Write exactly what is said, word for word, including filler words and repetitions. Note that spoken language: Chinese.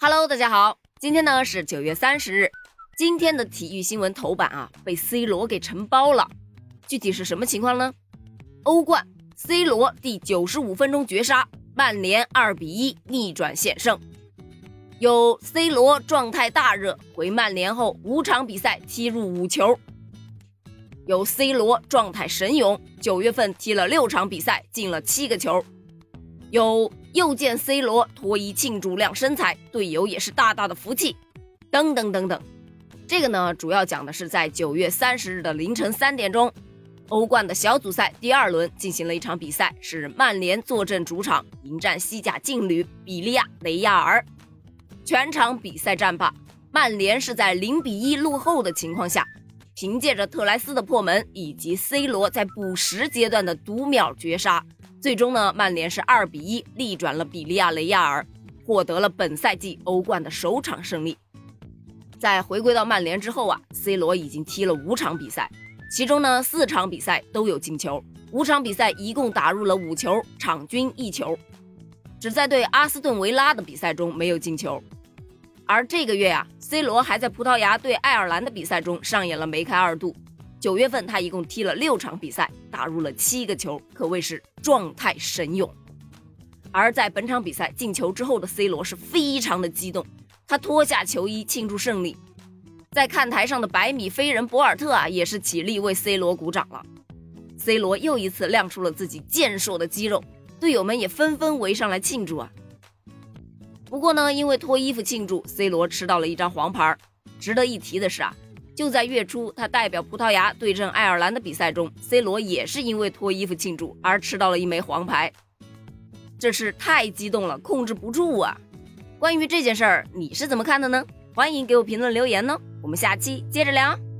Hello， 大家好，今天呢是九月三十日，今天的体育新闻头版啊被 C 罗给承包了，具体是什么情况呢？欧冠 C 罗第九十五分钟绝杀，曼联二比一逆转险胜。有 C 罗状态大热，回曼联后五场比赛踢入五球。有 C 罗状态神勇，九月份踢了六场比赛，进了七个球。有又见 C 罗脱衣庆祝亮身材，队友也是大大的服气，等等等等。这个呢，主要讲的是在九月三十日的凌晨三点钟，欧冠的小组赛第二轮进行了一场比赛，是曼联坐镇主场迎战西甲劲旅比利亚雷亚尔。全场比赛战罢，曼联是在零比一落后的情况下，凭借着特莱斯的破门以及 C 罗在补时阶段的独秒绝杀，最终呢，曼联是二比一逆转了比利亚雷亚尔，获得了本赛季欧冠的首场胜利。在回归到曼联之后啊 ，C 罗已经踢了五场比赛，其中呢四场比赛都有进球，五场比赛一共打入了五球，场均一球，只在对阿斯顿维拉的比赛中没有进球。而这个月啊 ，C 罗还在葡萄牙对爱尔兰的比赛中上演了梅开二度。九月份他一共踢了六场比赛，打入了七个球，可谓是状态神勇。而在本场比赛进球之后的 C 罗是非常的激动，他脱下球衣庆祝胜利。在看台上的百米飞人博尔特啊，也是起立为 C 罗鼓掌了。C 罗又一次亮出了自己健硕的肌肉，队友们也纷纷围上来庆祝啊。不过呢，因为脱衣服庆祝 ，C 罗吃到了一张黄牌。值得一提的是啊，就在月初他代表葡萄牙对阵爱尔兰的比赛中 ，C 罗也是因为脱衣服庆祝而吃到了一枚黄牌。这是太激动了，控制不住啊！关于这件事儿，你是怎么看的呢？欢迎给我评论留言呢，我们下期接着聊。